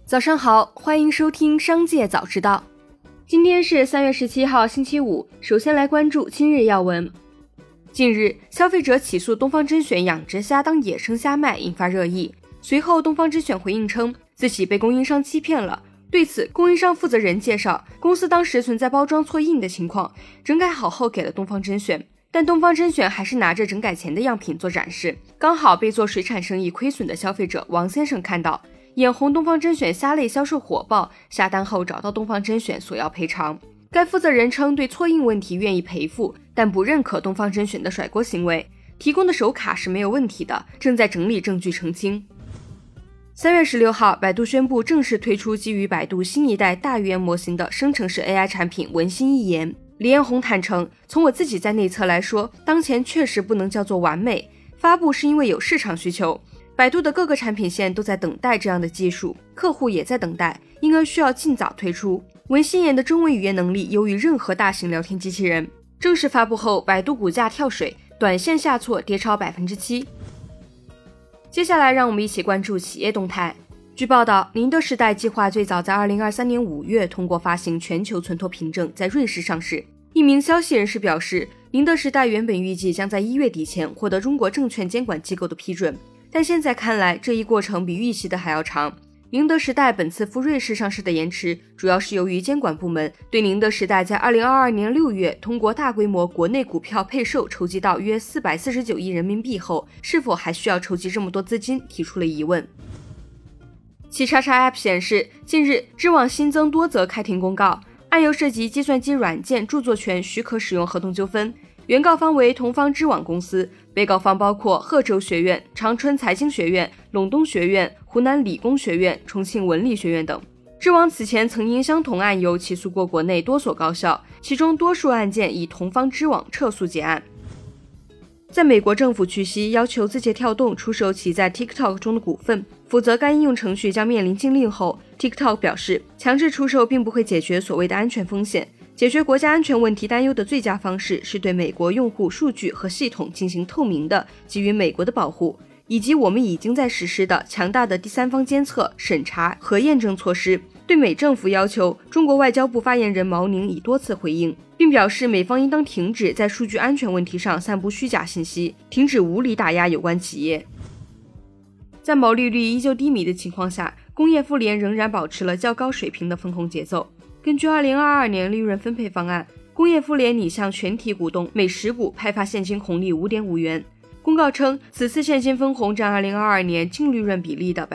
早上好，欢迎收听商界早知道。今天是3月17号星期五，首先来关注今日要闻。近日，消费者起诉东方甄选养殖虾当野生虾卖，引发热议。随后，东方甄选回应称自己被供应商欺骗了。对此，供应商负责人介绍，公司当时存在包装错印的情况，整改好后给了东方甄选，但东方甄选还是拿着整改前的样品做展示，刚好被做水产生意亏损的消费者王先生看到，眼红东方甄选虾类销售火爆，下单后找到东方甄选索要赔偿。该负责人称对错印问题愿意赔付，但不认可东方甄选的甩锅行为，提供的手卡是没有问题的，正在整理证据澄清。3月16号，百度宣布正式推出基于百度新一代大语言模型的生成式 AI 产品文心一言。李彦宏坦诚，从我自己在内测来说，当前确实不能叫做完美，发布是因为有市场需求，百度的各个产品线都在等待这样的技术，客户也在等待，因而需要尽早推出。文心一言的中文语言能力优于任何大型聊天机器人。正式发布后，百度股价跳水，短线下挫跌超 7%。接下来让我们一起关注企业动态。据报道，宁德时代计划最早在2023年5月通过发行全球存托凭证在瑞士上市。一名消息人士表示，宁德时代原本预计将在1月底前获得中国证券监管机构的批准，但现在看来这一过程比预期的还要长。宁德时代本次赴瑞士上市的延迟，主要是由于监管部门对宁德时代在2022年6月通过大规模国内股票配售筹集到约449亿人民币后，是否还需要筹集这么多资金提出了疑问。企查查 App 显示，近日知网新增多则开庭公告，案由涉及计算机软件著作权许可使用合同纠纷，原告方为同方知网公司，被告方包括贺州学院、长春财经学院、陇东学院、湖南理工学院、重庆文理学院等。知网此前曾因相同案由起诉过国内多所高校，其中多数案件以同方知网撤诉结案。在美国政府据悉要求字节跳动出售其在 TikTok 中的股份，否则该应用程序将面临禁令后， TikTok 表示，强制出售并不会解决所谓的安全风险，解决国家安全问题担忧的最佳方式是对美国用户数据和系统进行透明的给予美国的保护，以及我们已经在实施的强大的第三方监测、审查和验证措施。对美政府要求，中国外交部发言人毛宁已多次回应，并表示美方应当停止在数据安全问题上散布虚假信息，停止无理打压有关企业。在毛利率依旧低迷的情况下，工业富联仍然保持了较高水平的分红节奏。根据2022年利润分配方案，工业富联拟向全体股东每10股派发现金红利 5.5 元。公告称，此次现金分红占2022年净利润比例的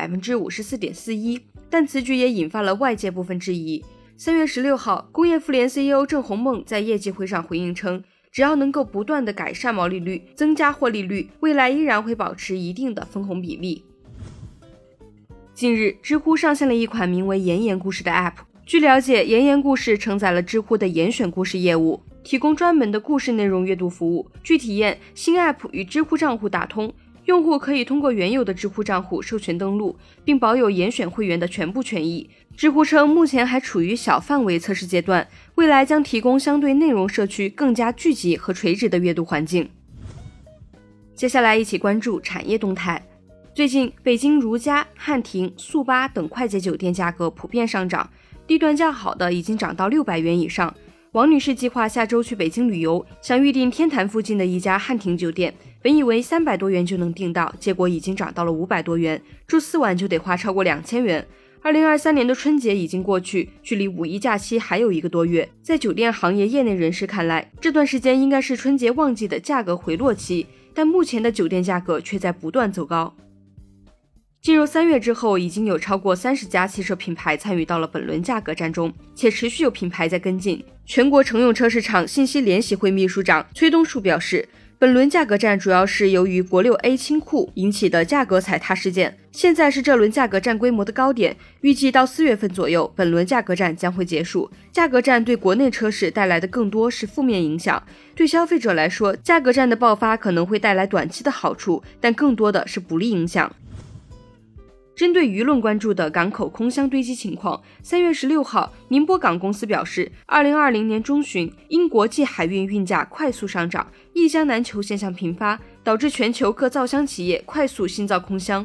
54.41%， 但此举也引发了外界部分质疑。3月16号，工业富联 CEO 郑鸿梦在业绩会上回应称，只要能够不断地改善毛利率，增加获利率，未来依然会保持一定的分红比例。近日，知乎上线了一款名为妍妍故事的 App。据了解，妍妍故事承载了知乎的严选故事业务，提供专门的故事内容阅读服务。据体验，新 App 与知乎账户打通，用户可以通过原有的知乎账户授权登录，并保有严选会员的全部权益。知乎称，目前还处于小范围测试阶段，未来将提供相对内容社区更加聚集和垂直的阅读环境。接下来一起关注产业动态。最近，北京如家、汉庭、速八等快捷酒店价格普遍上涨，地段较好的已经涨到600元以上。王女士计划下周去北京旅游，想预订天坛附近的一家汉庭酒店，本以为300多元就能订到，结果已经涨到了500多元，住4晚就得花超过2000元。2023年的春节已经过去，距离五一假期还有1个多月，在酒店行业业内人士看来，这段时间应该是春节旺季的价格回落期，但目前的酒店价格却在不断走高。进入3月之后，已经有超过30家汽车品牌参与到了本轮价格战中，且持续有品牌在跟进。全国乘用车市场信息联席会秘书长崔东树表示，本轮价格战主要是由于国六 A 清库引起的价格踩踏事件，现在是这轮价格战规模的高点，预计到4月份左右，本轮价格战将会结束。价格战对国内车市带来的更多是负面影响，对消费者来说，价格战的爆发可能会带来短期的好处，但更多的是不利影响。针对舆论关注的港口空箱堆积情况，3月16号，宁波港公司表示，2020年中旬，因国际海运运价快速上涨，一箱难求现象频发，导致全球各造箱企业快速新造空箱。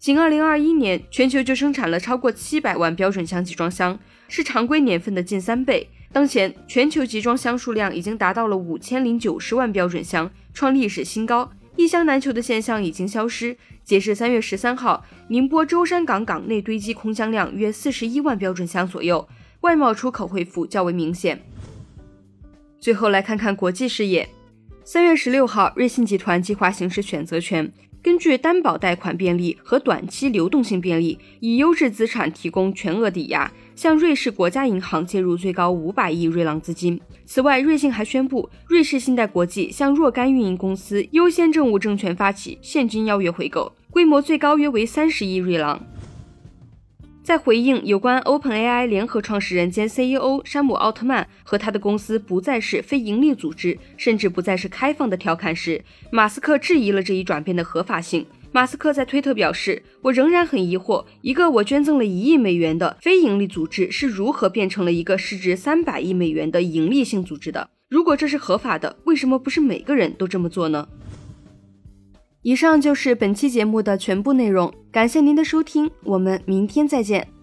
仅2021年，全球就生产了超过700万标准箱集装箱，是常规年份的近3倍。当前，全球集装箱数量已经达到了5090万标准箱，创历史新高。一箱难求的现象已经消失。截至3月13号，宁波舟山港港内堆积空箱量约41万标准箱左右，外贸出口恢复较为明显。最后来看看国际视野。3月16号，瑞信集团计划行使选择权，根据担保贷款便利和短期流动性便利，以优质资产提供全额抵押，向瑞士国家银行借入最高500亿瑞郎资金。此外，瑞信还宣布，瑞士信贷国际向若干运营公司优先政务证券发起现金邀约回购，规模最高约为30亿瑞郎。在回应有关 OpenAI 联合创始人兼 CEO 山姆·奥特曼和他的公司不再是非营利组织，甚至不再是开放的调侃时，马斯克质疑了这一转变的合法性。马斯克在推特表示，我仍然很疑惑，一个我捐赠了1亿美元的非营利组织是如何变成了一个市值300亿美元的盈利性组织的？如果这是合法的，为什么不是每个人都这么做呢？以上就是本期节目的全部内容，感谢您的收听，我们明天再见。